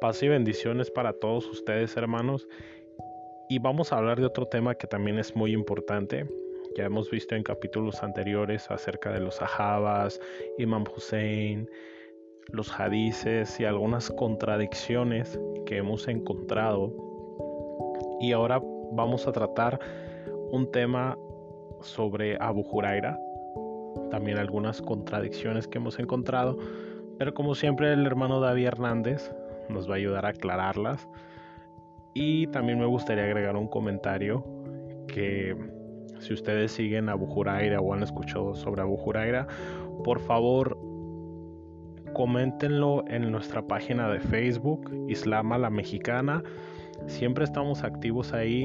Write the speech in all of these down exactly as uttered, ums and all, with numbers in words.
Paz y bendiciones para todos ustedes, hermanos. Y vamos a hablar de otro tema que también es muy importante. Ya hemos visto en capítulos anteriores acerca de los sahabas, Imam Hussein, los hadices y algunas contradicciones que hemos encontrado. Y ahora vamos a tratar un tema sobre Abu Huraira, también algunas contradicciones que hemos encontrado, pero como siempre el hermano David Hernández nos va a ayudar a aclararlas. Y también me gustaría agregar un comentario que si ustedes siguen a Abu Huraira o han escuchado sobre Abu Huraira, por favor coméntenlo en nuestra página de Facebook, Islam a la Mexicana. Siempre estamos activos ahí.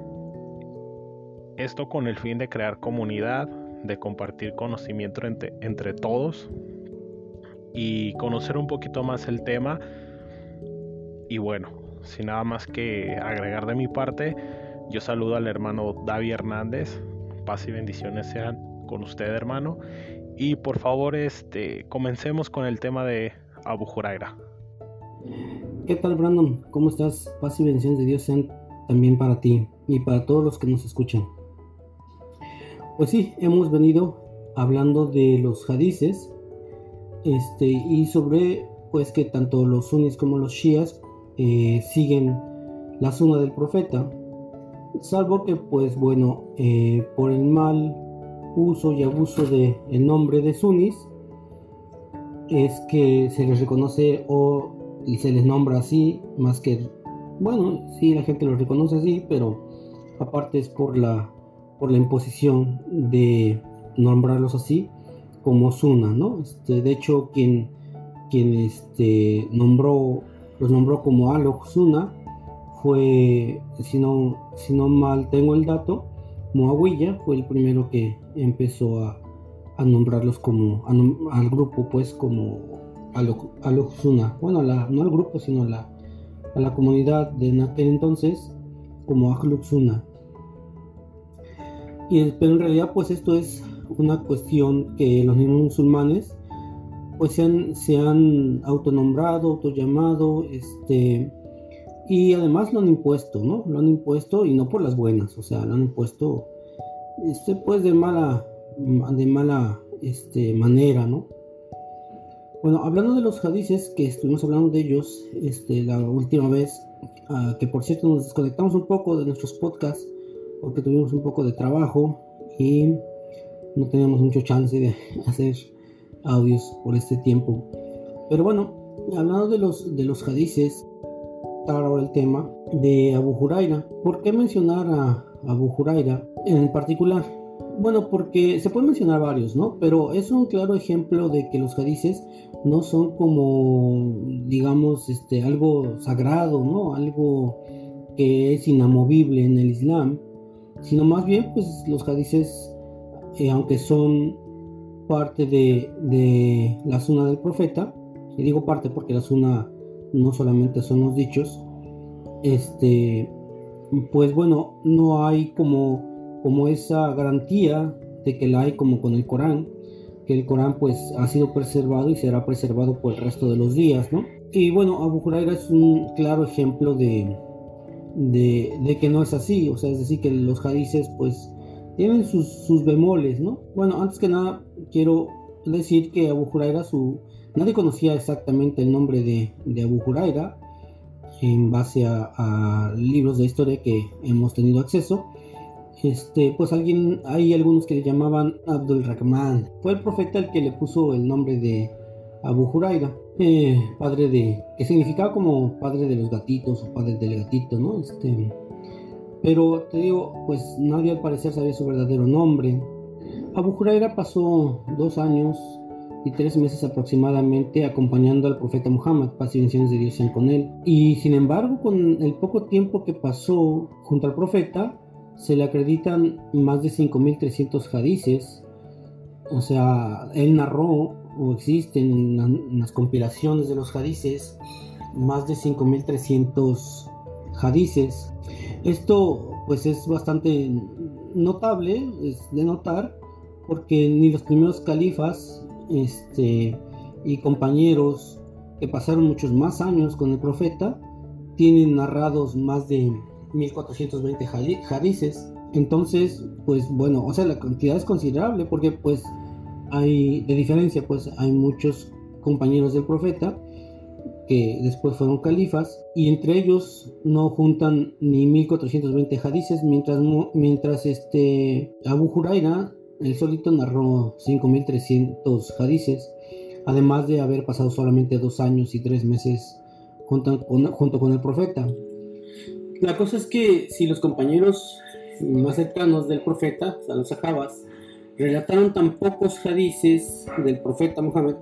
Esto con el fin de crear comunidad, de compartir conocimiento entre, entre todos y conocer un poquito más el tema. Y bueno, sin nada más que agregar de mi parte, yo saludo al hermano David Hernández. Paz y bendiciones sean con usted, hermano. Y por favor, este, comencemos con el tema de Abu Huraira. ¿Qué tal, Brandon? ¿Cómo estás? Paz y bendiciones de Dios sean también para ti y para todos los que nos escuchan. Pues sí, hemos venido hablando de los hadices este, y sobre pues que tanto los sunis como los shias eh, siguen la sunna del profeta, salvo que pues bueno, eh, por el mal uso y abuso del nombre de sunis es que se les reconoce o y se les nombra así, más que, bueno, sí, la gente los reconoce así, pero aparte es por la por la imposición de nombrarlos así como sunna, ¿no? Este, de hecho, quien, quien este, nombró, los nombró como Ahl Sunna fue, si no, si no mal tengo el dato, Muawiya fue el primero que empezó a, a nombrarlos como, a nom- al grupo pues como Ahl Sunna, bueno, a la, no al grupo, sino a la, a la comunidad de aquel entonces como Ahl Sunna. Y, pero en realidad pues esto es una cuestión que los mismos musulmanes pues se han, se han autonombrado, autollamado, este, y además lo han impuesto, ¿no? Lo han impuesto y no por las buenas, o sea, lo han impuesto este, pues de mala, de mala este, manera, ¿no? Bueno, hablando de los hadices, que estuvimos hablando de ellos este, la última vez, uh, que por cierto nos desconectamos un poco de nuestros podcasts, porque tuvimos un poco de trabajo y no teníamos mucho chance de hacer audios por este tiempo. Pero bueno, hablando de los, de los hadices, ahora el tema de Abu Huraira. ¿Por qué mencionar a Abu Huraira en particular? Bueno, porque se pueden mencionar varios, ¿no? Pero es un claro ejemplo de que los hadices no son como, digamos, este, algo sagrado, ¿no? Algo que es inamovible en el Islam, sino más bien pues los hadices, eh, aunque son parte de, de la sunna del profeta, y digo parte porque la sunna no solamente son los dichos, este, pues bueno, no hay como, como esa garantía de que la hay como con el Corán, que el Corán pues ha sido preservado y será preservado por el resto de los días, ¿no? Y bueno, Abu Huraira es un claro ejemplo de De, de que no es así, o sea, es decir, que los hadices pues tienen sus, sus bemoles, ¿no? Bueno, antes que nada quiero decir que Abu Huraira, su, nadie conocía exactamente el nombre de, de Abu Huraira en base a, a libros de historia que hemos tenido acceso. Este, pues alguien, hay algunos que le llamaban Abdul Rahman. Fue el profeta el que le puso el nombre de Abu Huraira, eh, padre de, que significaba como padre de los gatitos o padre del gatito, ¿no? Este, pero te digo, pues nadie al parecer sabía su verdadero nombre. Abu Huraira pasó dos años y tres meses aproximadamente acompañando al profeta Muhammad, paz y bendiciones de Dios sean con él. Y sin embargo, con el poco tiempo que pasó junto al profeta, se le acreditan más de cinco mil trescientos hadices. O sea, él narró, o existen en, la, en las compilaciones de los hadices, más de cinco mil trescientos hadices. Esto pues es bastante notable, es de notar, porque ni los primeros califas este, y compañeros que pasaron muchos más años con el profeta, tienen narrados más de mil cuatrocientos veinte hadices. Entonces, pues bueno, o sea, la cantidad es considerable, porque pues hay, de diferencia, pues hay muchos compañeros del profeta que después fueron califas, y entre ellos no juntan ni mil cuatrocientos veinte hadices, mientras, mientras este Abu Huraira, él solito, narró cinco mil trescientos hadices, además de haber pasado solamente dos años y tres meses junto con, junto con el profeta. La cosa es que si los compañeros más cercanos del profeta, o sea, los sahabas, relataron tan pocos hadices del profeta Muhammad,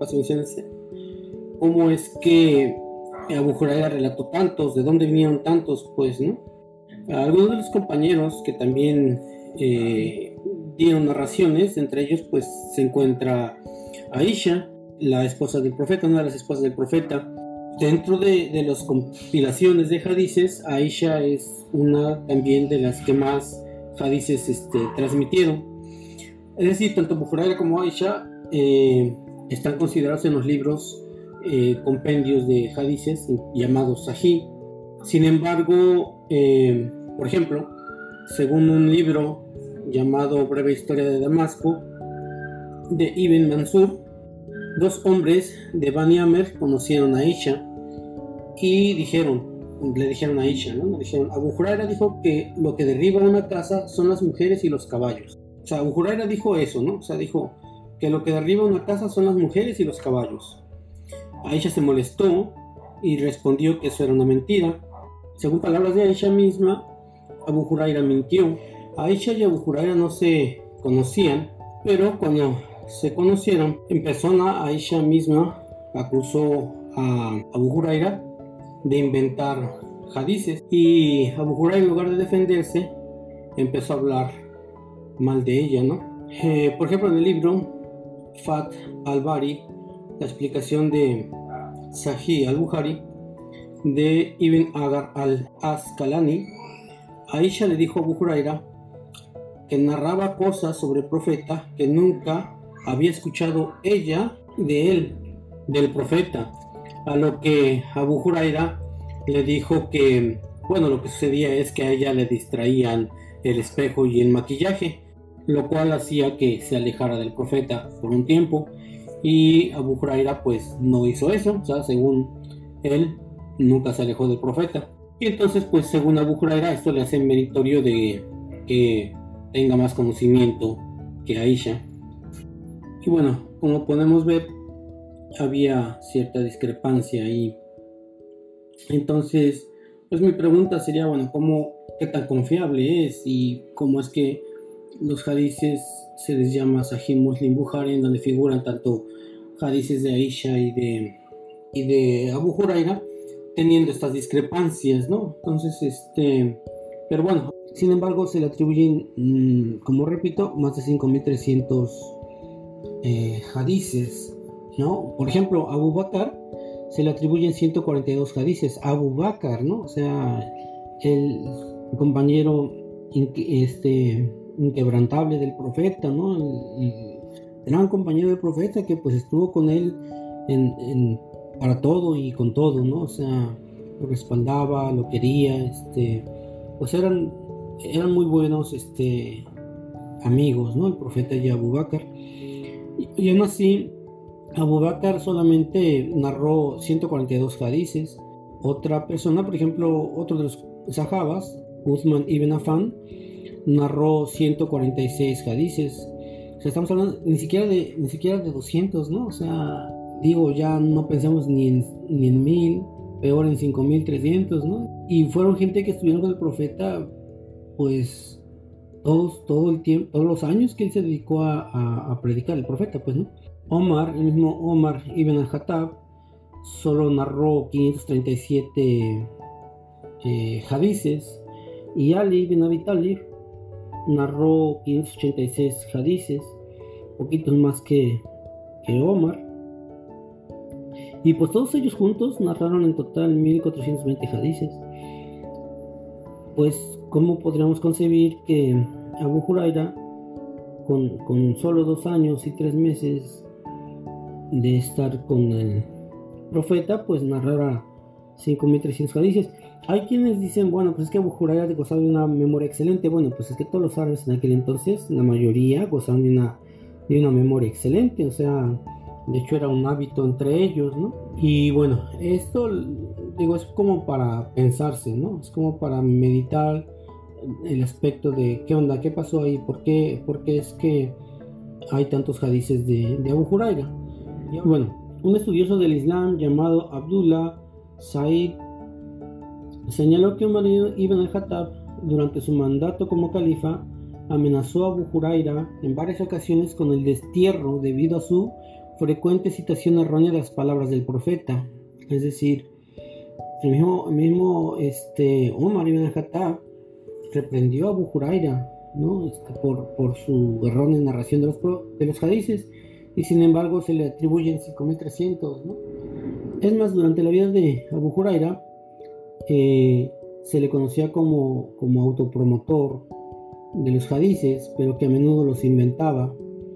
¿cómo es que Abu Huraira relató tantos? ¿De dónde vinieron tantos? Pues, ¿no? Algunos de los compañeros que también eh, dieron narraciones, entre ellos pues se encuentra Aisha, la esposa del profeta, una de las esposas del profeta. Dentro de, de las compilaciones de hadices, Aisha es una también de las que más hadices este, transmitieron. Es decir, tanto Abu Huraira como Aisha eh, están considerados en los libros eh, compendios de hadices llamados Sahih. Sin embargo, eh, por ejemplo, según un libro llamado Breve Historia de Damasco, de Ibn Mansur, dos hombres de Bani Amer conocieron a Aisha y dijeron, le dijeron a Aisha, ¿no? Le dijeron, Abu Huraira dijo que lo que derriba una casa son las mujeres y los caballos. O sea, Abu Huraira dijo eso, ¿no? O sea, dijo que lo que derriba una casa son las mujeres y los caballos. Aisha se molestó y respondió que eso era una mentira. Según palabras de Aisha misma, Abu Huraira mintió. Aisha y Abu Huraira no se conocían, pero cuando se conocieron en persona, Aisha misma acusó a Abu Huraira de inventar hadices, y Abu Huraira, en lugar de defenderse, empezó a hablar mal de ella, ¿no? Eh, por ejemplo, en el libro Fath al-Bari, la explicación de Sahih al-Bukhari de Ibn Agar al-Asqalani, Aisha le dijo a Abu Huraira que narraba cosas sobre el profeta que nunca había escuchado ella de él, del profeta, a lo que Abu Huraira le dijo que, bueno, lo que sucedía es que a ella le distraían el espejo y el maquillaje, lo cual hacía que se alejara del profeta por un tiempo, y Abu Huraira pues no hizo eso. O sea, según él, nunca se alejó del profeta, y entonces pues según Abu Huraira esto le hace meritorio de que tenga más conocimiento que Aisha. Y bueno, como podemos ver, había cierta discrepancia ahí. Entonces, pues mi pregunta sería, bueno, ¿cómo, qué tan confiable es, y cómo es que los hadices se les llama Sahih Muslim Bukhari, en donde figuran tanto hadices de Aisha y de, y de Abu Huraira, teniendo estas discrepancias, ¿no? Entonces, este, pero bueno, sin embargo, se le atribuyen, mmm, como repito, más de cinco mil trescientos eh, hadices, ¿no? Por ejemplo, a Abu Bakr se le atribuyen ciento cuarenta y dos hadices. Abu Bakr, ¿no? O sea, el compañero este, inquebrantable del profeta, ¿no? El, el gran compañero del profeta que pues estuvo con él en, en, para todo y con todo, ¿no? O sea, lo respaldaba, lo quería, este, pues eran, eran muy buenos este, amigos, ¿no? El profeta y Abu Bakr. Y, y aún así, Abu Bakr solamente narró ciento cuarenta y dos hadices. Otra persona, por ejemplo, otro de los sahabas, Uthman ibn Affan, narró ciento cuarenta y seis hadices. O sea, estamos hablando ni siquiera de, ni siquiera de doscientos, ¿no? O sea, digo, ya no pensamos ni en, ni en mil, peor en cinco mil trescientos, ¿no? Y fueron gente que estuvieron con el profeta, pues, todos, todo el tiempo, todos los años que él se dedicó a, a, a predicar, el profeta, pues, ¿no? Omar, el mismo Omar ibn al-Khattab, solo narró quinientos treinta y siete eh, hadices, y Ali ibn Abi Talib narró quinientos ochenta y seis hadices, poquitos más que, que Omar, y pues todos ellos juntos narraron en total mil cuatrocientos veinte hadices. Pues, ¿cómo podríamos concebir que Abu Huraira, con, con solo dos años y tres meses de estar con el profeta pues narrara cinco mil trescientos hadices. Hay quienes dicen, bueno, pues es que Abu Huraira gozaba de una memoria excelente. Bueno, pues es que todos los árabes en aquel entonces, la mayoría gozaban de una, de una memoria excelente, o sea, de hecho era un hábito entre ellos, ¿no? Y bueno, esto, digo, es como para pensarse, ¿no? Es como para meditar el aspecto de qué onda, qué pasó ahí, por qué, por qué es que hay tantos hadices de, de Abu Huraira. Y bueno, un estudioso del Islam llamado Abdullah Said señaló que Umar ibn al-Khattab, durante su mandato como califa, amenazó a Abu Huraira en varias ocasiones con el destierro debido a su frecuente citación errónea de las palabras del profeta. Es decir, el mismo, el mismo este, Umar ibn al-Khattab reprendió a Abu Huraira, ¿no? este, por, por su errónea narración de los, de los hadices, y sin embargo se le atribuyen cinco mil trescientos, ¿no? Es más, durante la vida de Abu Huraira eh, se le conocía como, como autopromotor de los hadices, pero que a menudo los inventaba,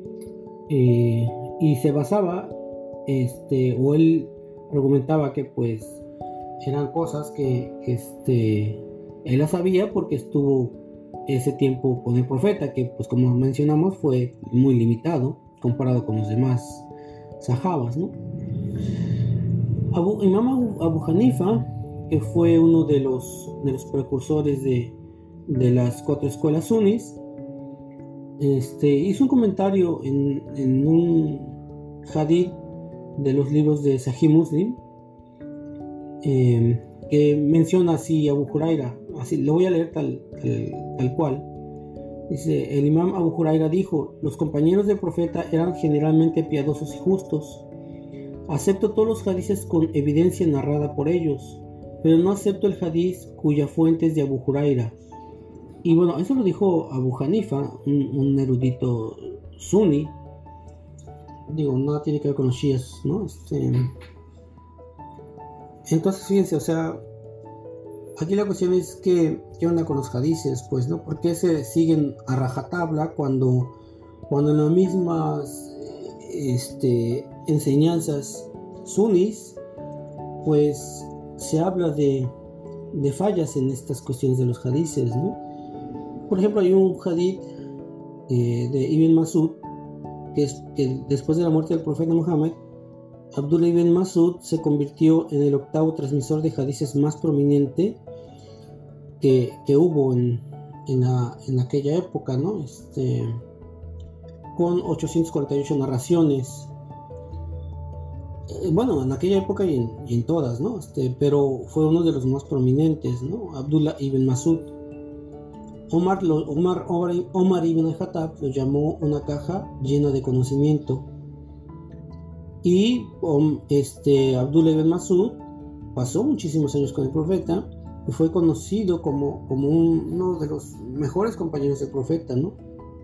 eh, y se basaba, este, o él argumentaba que pues eran cosas que este, él las sabía porque estuvo ese tiempo con el profeta, que pues como mencionamos fue muy limitado comparado con los demás sahabas, ¿no? Abu, Imam Abu, Abu Hanifa, que fue uno de los, de los precursores de, de las cuatro escuelas sunis, este, hizo un comentario en, en un hadith de los libros de Sahih Muslim, eh, que menciona así a Abu Huraira, así lo voy a leer tal, tal, tal cual. Dice: el imam Abu Huraira dijo: los compañeros del profeta eran generalmente piadosos y justos. Acepto todos los hadices con evidencia narrada por ellos, pero no acepto el hadiz cuya fuente es de Abu Huraira. Y bueno, eso lo dijo Abu Hanifa, un, un erudito suní. Digo, nada tiene que ver con los shias, ¿no? Este... Entonces, fíjense, o sea, aquí la cuestión es que, ¿qué onda con los hadices? Pues, ¿no? ¿Por qué se siguen a rajatabla cuando, cuando en las mismas este, enseñanzas sunis, pues se habla de, de fallas en estas cuestiones de los hadices, ¿no? Por ejemplo, hay un hadith eh, de Ibn Masud, que es que después de la muerte del profeta Muhammad, Abdullah ibn Masud se convirtió en el octavo transmisor de hadices más prominente que, que hubo en, en, la, en aquella época, ¿no? Este, con ochocientas cuarenta y ocho narraciones. Eh, bueno, en aquella época y en, y en todas, ¿no? Este, pero fue uno de los más prominentes, ¿no? Abdullah ibn Masud. Omar, lo, Omar, Omar, Omar ibn al-Khattab lo llamó una caja llena de conocimiento. Y um, este, Abdullah ibn Masud pasó muchísimos años con el profeta y fue conocido como, como un, uno de los mejores compañeros del profeta, ¿no?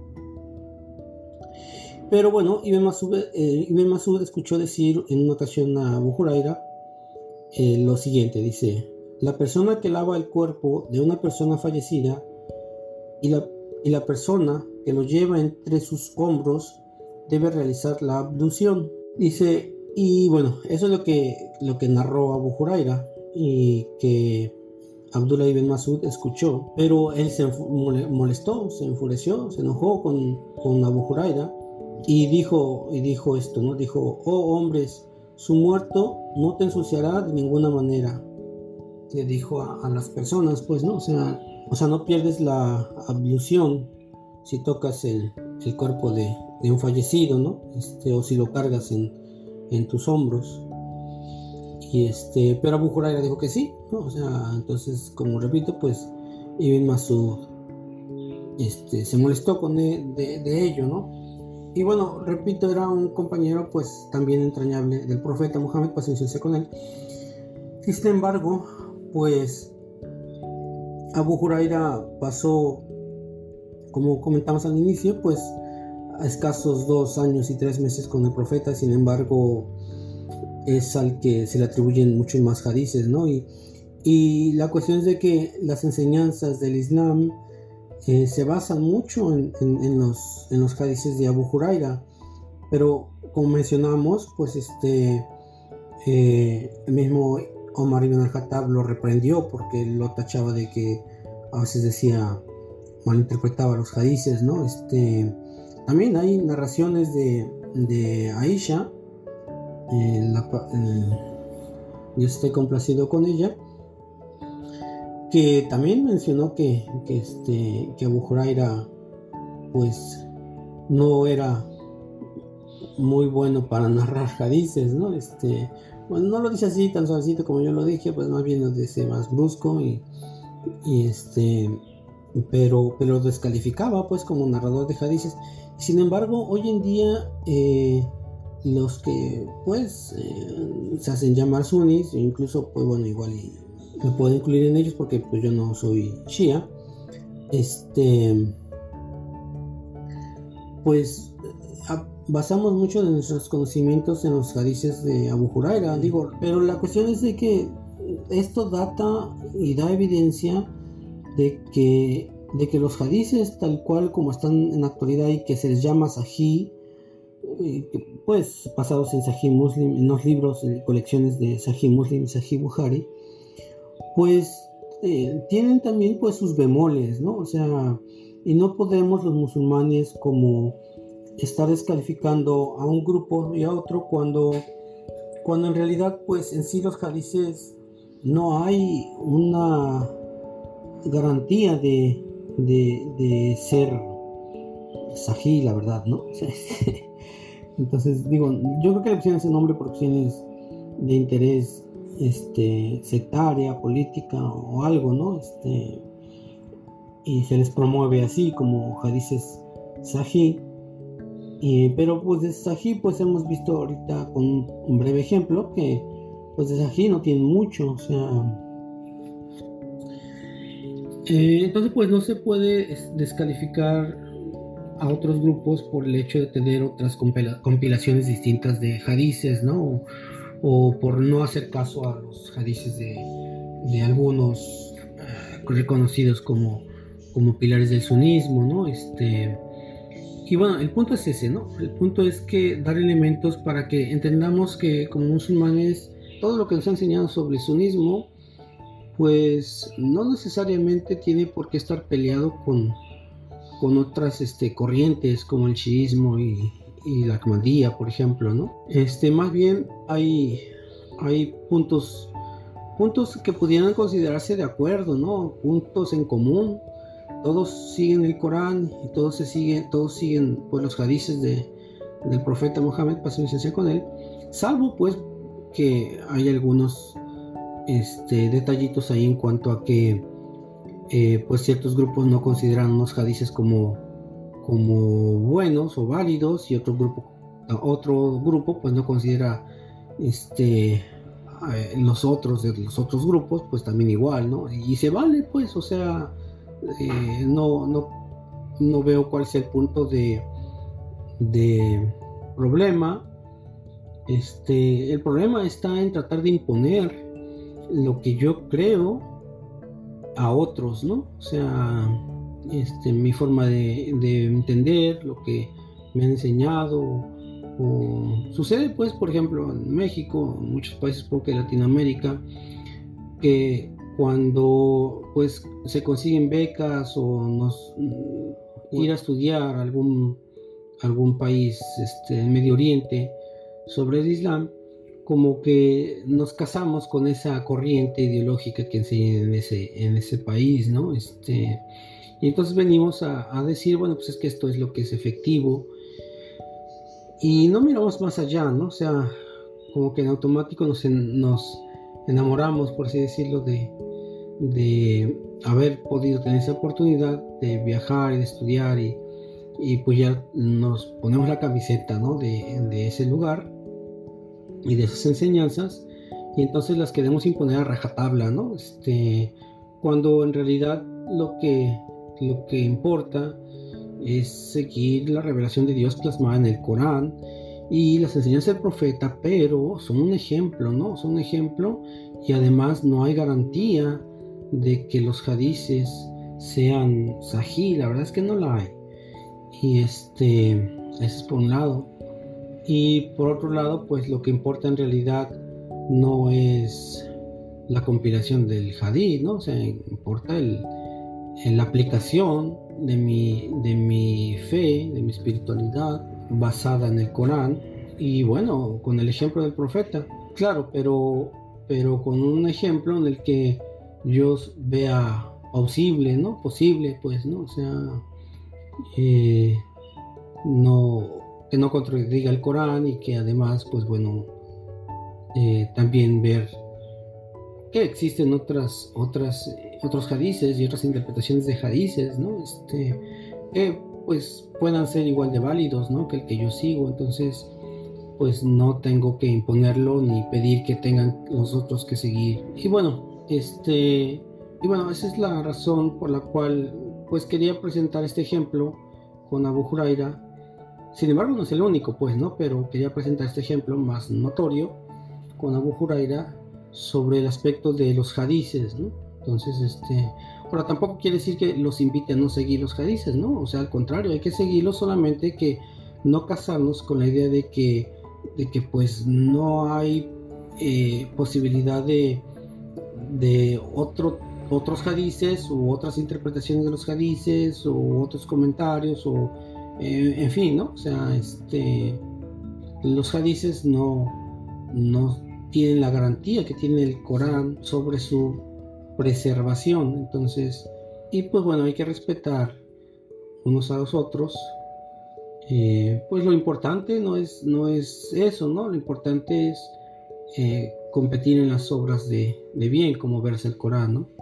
Pero bueno, Ibn Masud, eh, Ibn Masud escuchó decir en una ocasión a Abu Huraira eh, lo siguiente, dice: la persona que lava el cuerpo de una persona fallecida y la, y la persona que lo lleva entre sus hombros debe realizar la ablución. Dice, y bueno, eso es lo que, lo que narró Abu Huraira y que Abdullah ibn Masud escuchó, pero él se molestó, se enfureció, se enojó con, con Abu Huraira y dijo, y dijo esto, ¿no? Dijo: oh hombres, su muerto no te ensuciará de ninguna manera. Le dijo a, a las personas, pues, ¿no? O sea, o sea, no pierdes la ablución si tocas el, el cuerpo de, de un fallecido, ¿no? Este, o si lo cargas en, en tus hombros. Y este, pero Abu Huraira dijo que sí, ¿no? O sea, entonces, como repito, pues Ibn Masud este, se molestó con de, de, de ello, ¿no? Y bueno, repito, era un compañero pues también entrañable del profeta Muhammad, paciencia con él. Y sin embargo, pues Abu Huraira pasó, como comentamos al inicio, pues a escasos dos años y tres meses con el profeta. Sin embargo, es al que se le atribuyen muchos más hadices, ¿no? Y, y la cuestión es de que las enseñanzas del Islam eh, se basan mucho en, en, en, los, en los hadices de Abu Huraira, pero como mencionamos, pues este, Eh, el mismo Omar ibn al-Khattab lo reprendió porque lo tachaba de que a veces decía, malinterpretaba los hadices, ¿no? Este, también hay narraciones de, de Aisha, eh, la, eh, yo estoy complacido con ella, que también mencionó que, que, este, que Abu Huraira pues no era muy bueno para narrar hadices, ¿no? Este, bueno, no lo dice así tan suavecito como yo lo dije, pues más bien lo dice más brusco y, y este, pero, pero descalificaba pues como narrador de hadices. Sin embargo, hoy en día eh, los que pues eh, se hacen llamar sunnis, incluso pues bueno, igual y me puedo incluir en ellos porque pues yo no soy shia, este, pues a, basamos mucho de nuestros conocimientos en los hadices de Abu Huraira, digo, pero la cuestión es de que esto data y da evidencia de que, de que los hadices tal cual como están en la actualidad y que se les llama Sahih, pues basados en Sahih Muslim, en los libros y colecciones de Sahih Muslim y Sahih Bukhari, pues eh, tienen también pues sus bemoles, ¿no? O sea, y no podemos los musulmanes como estar descalificando a un grupo y a otro cuando, cuando en realidad pues en sí los hadices no hay una garantía de, de, de ser sahih, la verdad, ¿no? Entonces digo, yo creo que le pusieron ese nombre por cuestiones de interés este, sectaria, política o algo, ¿no? Este, y se les promueve así como hadices sahih. Eh, pero pues de Sahih pues hemos visto ahorita con un breve ejemplo que pues de Sahih no tienen mucho, o sea, eh, entonces pues no se puede descalificar a otros grupos por el hecho de tener otras compila- compilaciones distintas de hadices, ¿no? O, o por no hacer caso a los hadices de, de algunos uh, reconocidos como, como pilares del sunismo, ¿no? Este... Y bueno, el punto es ese, ¿no? El punto es que dar elementos para que entendamos que como musulmanes todo lo que nos ha enseñado sobre el sunismo pues no necesariamente tiene por qué estar peleado con, con otras este, corrientes como el chiismo y, y la Ahmadía, por ejemplo, ¿no? Este, más bien hay, hay puntos, puntos que pudieran considerarse de acuerdo, ¿no? Puntos en común. Todos siguen el Corán y todos se siguen, todos siguen pues, los hadices de, del profeta Mohammed, paz y sea con él, salvo pues que hay algunos este, detallitos ahí en cuanto a que eh, pues ciertos grupos no consideran unos hadices como, como buenos o válidos y otro grupo, otro grupo pues no considera este, eh, los otros de los otros grupos pues también igual, ¿no? Y se vale pues, o sea, Eh, no, no, no veo cuál es el punto de, de problema. Este, el problema está en tratar de imponer lo que yo creo a otros, ¿no? O sea, este, mi forma de, de entender lo que me han enseñado. O, sucede pues, por ejemplo, en México, en muchos países porque Latinoamérica, que cuando pues se consiguen becas o nos ir a estudiar a algún algún país este en Medio Oriente sobre el Islam, como que nos casamos con esa corriente ideológica que enseñan en ese en ese país, ¿no? Este y entonces venimos a, a decir, bueno, pues es que esto es lo que es efectivo y no miramos más allá, ¿no? O sea, como que en automático nos, en, nos enamoramos, por así decirlo, de de haber podido tener esa oportunidad de viajar y de estudiar y, y pues ya nos ponemos la camiseta, ¿no? de, de ese lugar y de esas enseñanzas y entonces las queremos imponer a rajatabla, ¿no? Este, cuando en realidad lo que, lo que importa es seguir la revelación de Dios plasmada en el Corán y las enseñanzas del profeta, pero son un ejemplo, ¿no? Son un ejemplo y además no hay garantía de que los hadices sean sahih, la verdad es que no la hay. Y este, eso es por un lado. Y por otro lado, pues lo que importa en realidad no es la compilación del hadith, ¿no? O sea, importa el, el la aplicación de mi, de mi fe, de mi espiritualidad basada en el Corán y bueno, con el ejemplo del profeta, claro, pero, pero con un ejemplo en el que yo vea posible, ¿no? Posible, pues, ¿no? O sea, eh, no, que no contradiga el Corán y que además, pues bueno, eh, también ver que existen otras, otras, otros hadices y otras interpretaciones de hadices, ¿no? Este, que pues puedan ser igual de válidos, ¿no? Que el que yo sigo, entonces pues no tengo que imponerlo ni pedir que tengan los otros que seguir. Y bueno, este, y bueno, esa es la razón por la cual pues quería presentar este ejemplo con Abu Huraira. Sin embargo, no es el único, pues, ¿no? Pero quería presentar este ejemplo más notorio con Abu Huraira sobre el aspecto de los hadices, ¿no? Entonces, este, ahora tampoco quiere decir que los invite a no seguir los hadices, ¿no? O sea, al contrario, hay que seguirlos, solamente que no casarnos con la idea de que, de que pues no hay eh, posibilidad de, de otro, otros hadices u otras interpretaciones de los hadices u otros comentarios o eh, en fin, ¿no? O sea, este, los hadices no, no tienen la garantía que tiene el Corán sobre su preservación, entonces, y pues bueno, hay que respetar unos a los otros. Eh, pues lo importante no es, no es eso, ¿no? Lo importante es eh, competir en las obras de, de bien, como verse el Corán, ¿no?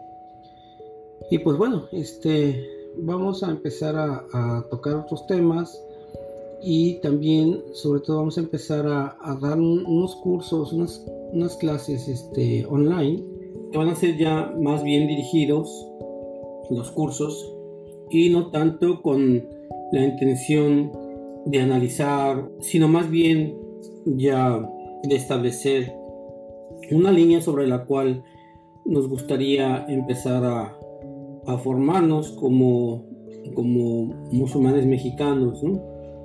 Y pues bueno, este, vamos a empezar a, a tocar otros temas y también, sobre todo, vamos a empezar a, a dar un, unos cursos, unas, unas clases este, online, que van a ser ya más bien dirigidos, los cursos, y no tanto con la intención de analizar, sino más bien ya de establecer una línea sobre la cual nos gustaría empezar a, a formarnos como, como musulmanes mexicanos, ¿no?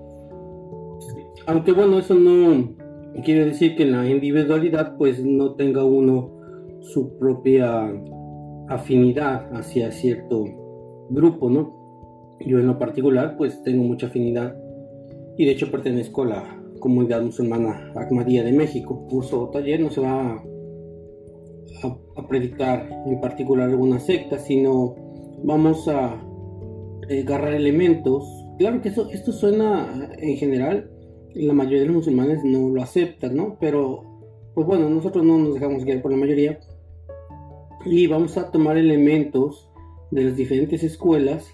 Aunque bueno, eso no quiere decir que en la individualidad pues no tenga uno su propia afinidad hacia cierto grupo, ¿no? Yo en lo particular pues tengo mucha afinidad y de hecho pertenezco a la comunidad musulmana Ahmadía de México. Curso o taller no se va a, a, a predicar en particular alguna secta, sino vamos a agarrar elementos. Claro que eso, esto suena en general, la mayoría de los musulmanes no lo aceptan, ¿no? Pero pues bueno, nosotros no nos dejamos guiar por la mayoría y vamos a tomar elementos de las diferentes escuelas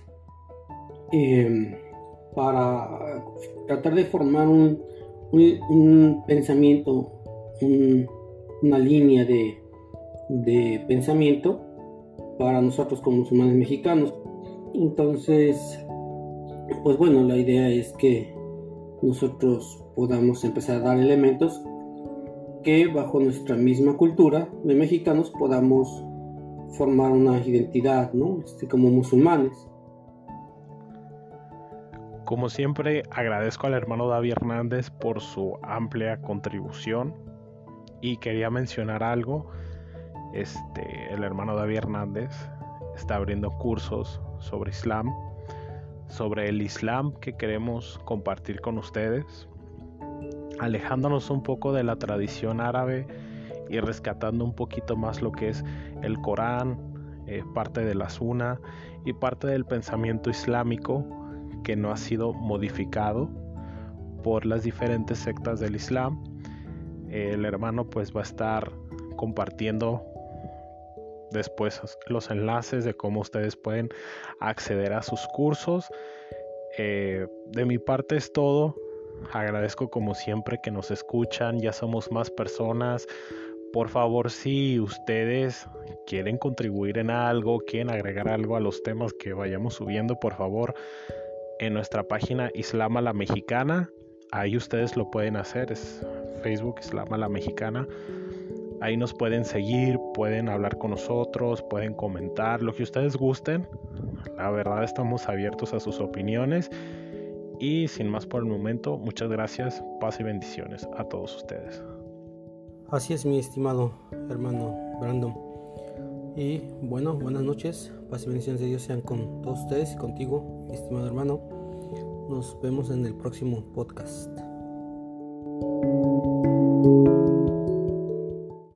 eh, para tratar de formar un, un, un pensamiento, un, una línea de, de pensamiento para nosotros como musulmanes mexicanos. Entonces, pues bueno, la idea es que nosotros podamos empezar a dar elementos que bajo nuestra misma cultura de mexicanos podamos formar una identidad, ¿no? Este, como musulmanes. Como siempre, agradezco al hermano David Hernández por su amplia contribución y quería mencionar algo. Este, el hermano David Hernández está abriendo cursos sobre Islam, sobre el Islam que queremos compartir con ustedes, alejándonos un poco de la tradición árabe y rescatando un poquito más lo que es el Corán, eh, parte de la Sunna y parte del pensamiento islámico que no ha sido modificado por las diferentes sectas del Islam. El hermano pues va a estar compartiendo después los enlaces de cómo ustedes pueden acceder a sus cursos. Eh, de mi parte es todo. Agradezco como siempre que nos escuchan. Ya somos más personas. Por favor, si ustedes quieren contribuir en algo, quieren agregar algo a los temas que vayamos subiendo, por favor, en nuestra página Islam a la Mexicana, ahí ustedes lo pueden hacer, es Facebook Islam a la Mexicana. Ahí nos pueden seguir, pueden hablar con nosotros, pueden comentar, lo que ustedes gusten. La verdad estamos abiertos a sus opiniones. Y sin más por el momento, muchas gracias, paz y bendiciones a todos ustedes. Así es, mi estimado hermano Brandon. Y bueno, buenas noches. Paz y bendiciones de Dios sean con todos ustedes y contigo, mi estimado hermano. Nos vemos en el próximo podcast.